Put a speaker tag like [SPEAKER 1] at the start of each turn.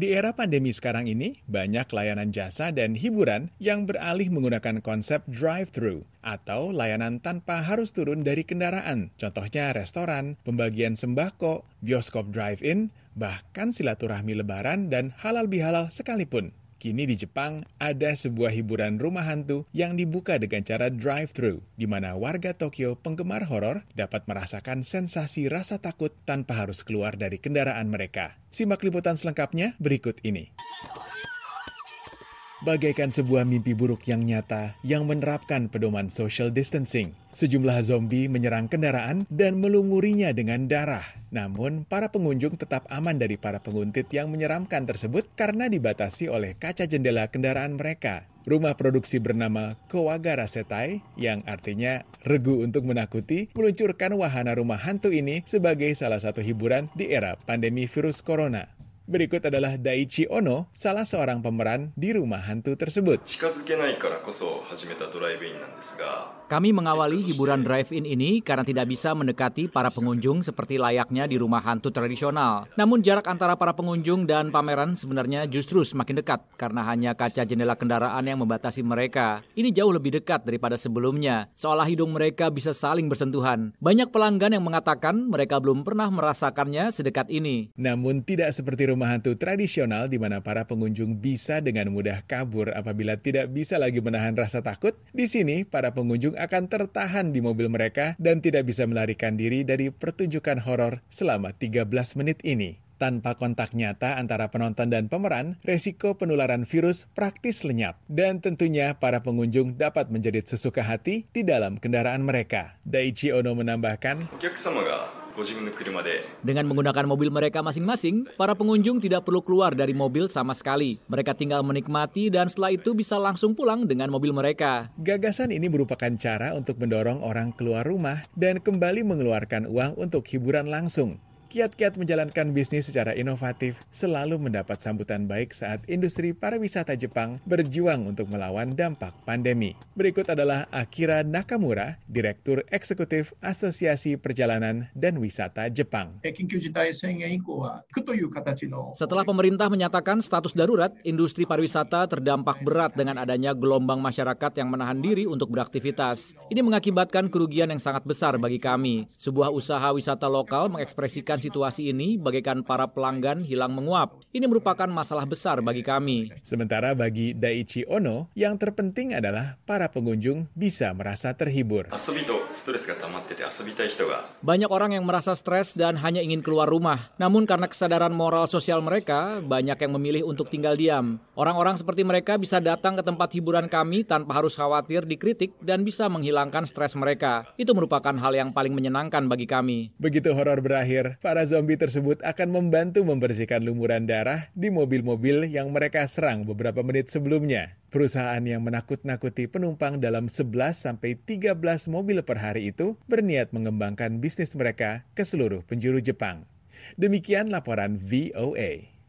[SPEAKER 1] Di era pandemi sekarang ini, banyak layanan jasa dan hiburan yang beralih menggunakan konsep drive-thru atau layanan tanpa harus turun dari kendaraan. Contohnya restoran, pembagian sembako, bioskop drive-in, bahkan silaturahmi lebaran dan halal bihalal sekalipun. Kini di Jepang, ada sebuah hiburan rumah hantu yang dibuka dengan cara drive-thru, di mana warga Tokyo penggemar horor dapat merasakan sensasi rasa takut tanpa harus keluar dari kendaraan mereka. Simak liputan selengkapnya berikut ini. Bagaikan sebuah mimpi buruk yang nyata yang menerapkan pedoman social distancing. Sejumlah zombie menyerang kendaraan dan melumurinya dengan darah. Namun, para pengunjung tetap aman dari para penguntit yang menyeramkan tersebut karena dibatasi oleh kaca jendela kendaraan mereka. Rumah produksi bernama Kowagara Setai, yang artinya regu untuk menakuti, meluncurkan wahana rumah hantu ini sebagai salah satu hiburan di era pandemi virus corona. Berikut adalah Daichi Ono, salah seorang pemeran di rumah hantu tersebut.
[SPEAKER 2] Kami mengawali hiburan drive-in ini karena tidak bisa mendekati para pengunjung seperti layaknya di rumah hantu tradisional. Namun jarak antara para pengunjung dan pameran sebenarnya justru semakin dekat karena hanya kaca jendela kendaraan yang membatasi mereka. Ini jauh lebih dekat daripada sebelumnya, seolah hidung mereka bisa saling bersentuhan. Banyak pelanggan yang mengatakan mereka belum pernah merasakannya sedekat ini.
[SPEAKER 1] Namun tidak seperti rumah hantu tradisional di mana para pengunjung bisa dengan mudah kabur apabila tidak bisa lagi menahan rasa takut. Di sini, para pengunjung akan tertahan di mobil mereka dan tidak bisa melarikan diri dari pertunjukan horor selama 13 menit ini. Tanpa kontak nyata antara penonton dan pemeran, resiko penularan virus praktis lenyap. Dan tentunya para pengunjung dapat menjerit sesuka hati di dalam kendaraan mereka. Daichi Ono menambahkan,
[SPEAKER 2] dengan menggunakan mobil mereka masing-masing, para pengunjung tidak perlu keluar dari mobil sama sekali. Mereka tinggal menikmati dan setelah itu bisa langsung pulang dengan mobil mereka.
[SPEAKER 1] Gagasan ini merupakan cara untuk mendorong orang keluar rumah dan kembali mengeluarkan uang untuk hiburan langsung. Kiat-kiat menjalankan bisnis secara inovatif selalu mendapat sambutan baik saat industri pariwisata Jepang berjuang untuk melawan dampak pandemi. Berikut adalah Akira Nakamura, Direktur Eksekutif Asosiasi Perjalanan dan Wisata Jepang.
[SPEAKER 2] Setelah pemerintah menyatakan status darurat, industri pariwisata terdampak berat dengan adanya gelombang masyarakat yang menahan diri untuk beraktivitas. Ini mengakibatkan kerugian yang sangat besar bagi kami. Sebuah usaha wisata lokal mengekspresikan situasi ini bagaikan para pelanggan hilang menguap. Ini merupakan masalah besar bagi kami.
[SPEAKER 1] Sementara bagi Daichi Ono, yang terpenting adalah para pengunjung bisa merasa terhibur.
[SPEAKER 2] Banyak orang yang merasa stres dan hanya ingin keluar rumah. Namun karena kesadaran moral sosial mereka, banyak yang memilih untuk tinggal diam. Orang-orang seperti mereka bisa datang ke tempat hiburan kami tanpa harus khawatir dikritik dan bisa menghilangkan stres mereka. Itu merupakan hal yang paling menyenangkan bagi kami.
[SPEAKER 1] Begitu horor berakhir, para zombie tersebut akan membantu membersihkan lumuran darah di mobil-mobil yang mereka serang beberapa menit sebelumnya. Perusahaan yang menakut-nakuti penumpang dalam 11-13 mobil per hari itu berniat mengembangkan bisnis mereka ke seluruh penjuru Jepang. Demikian laporan VOA.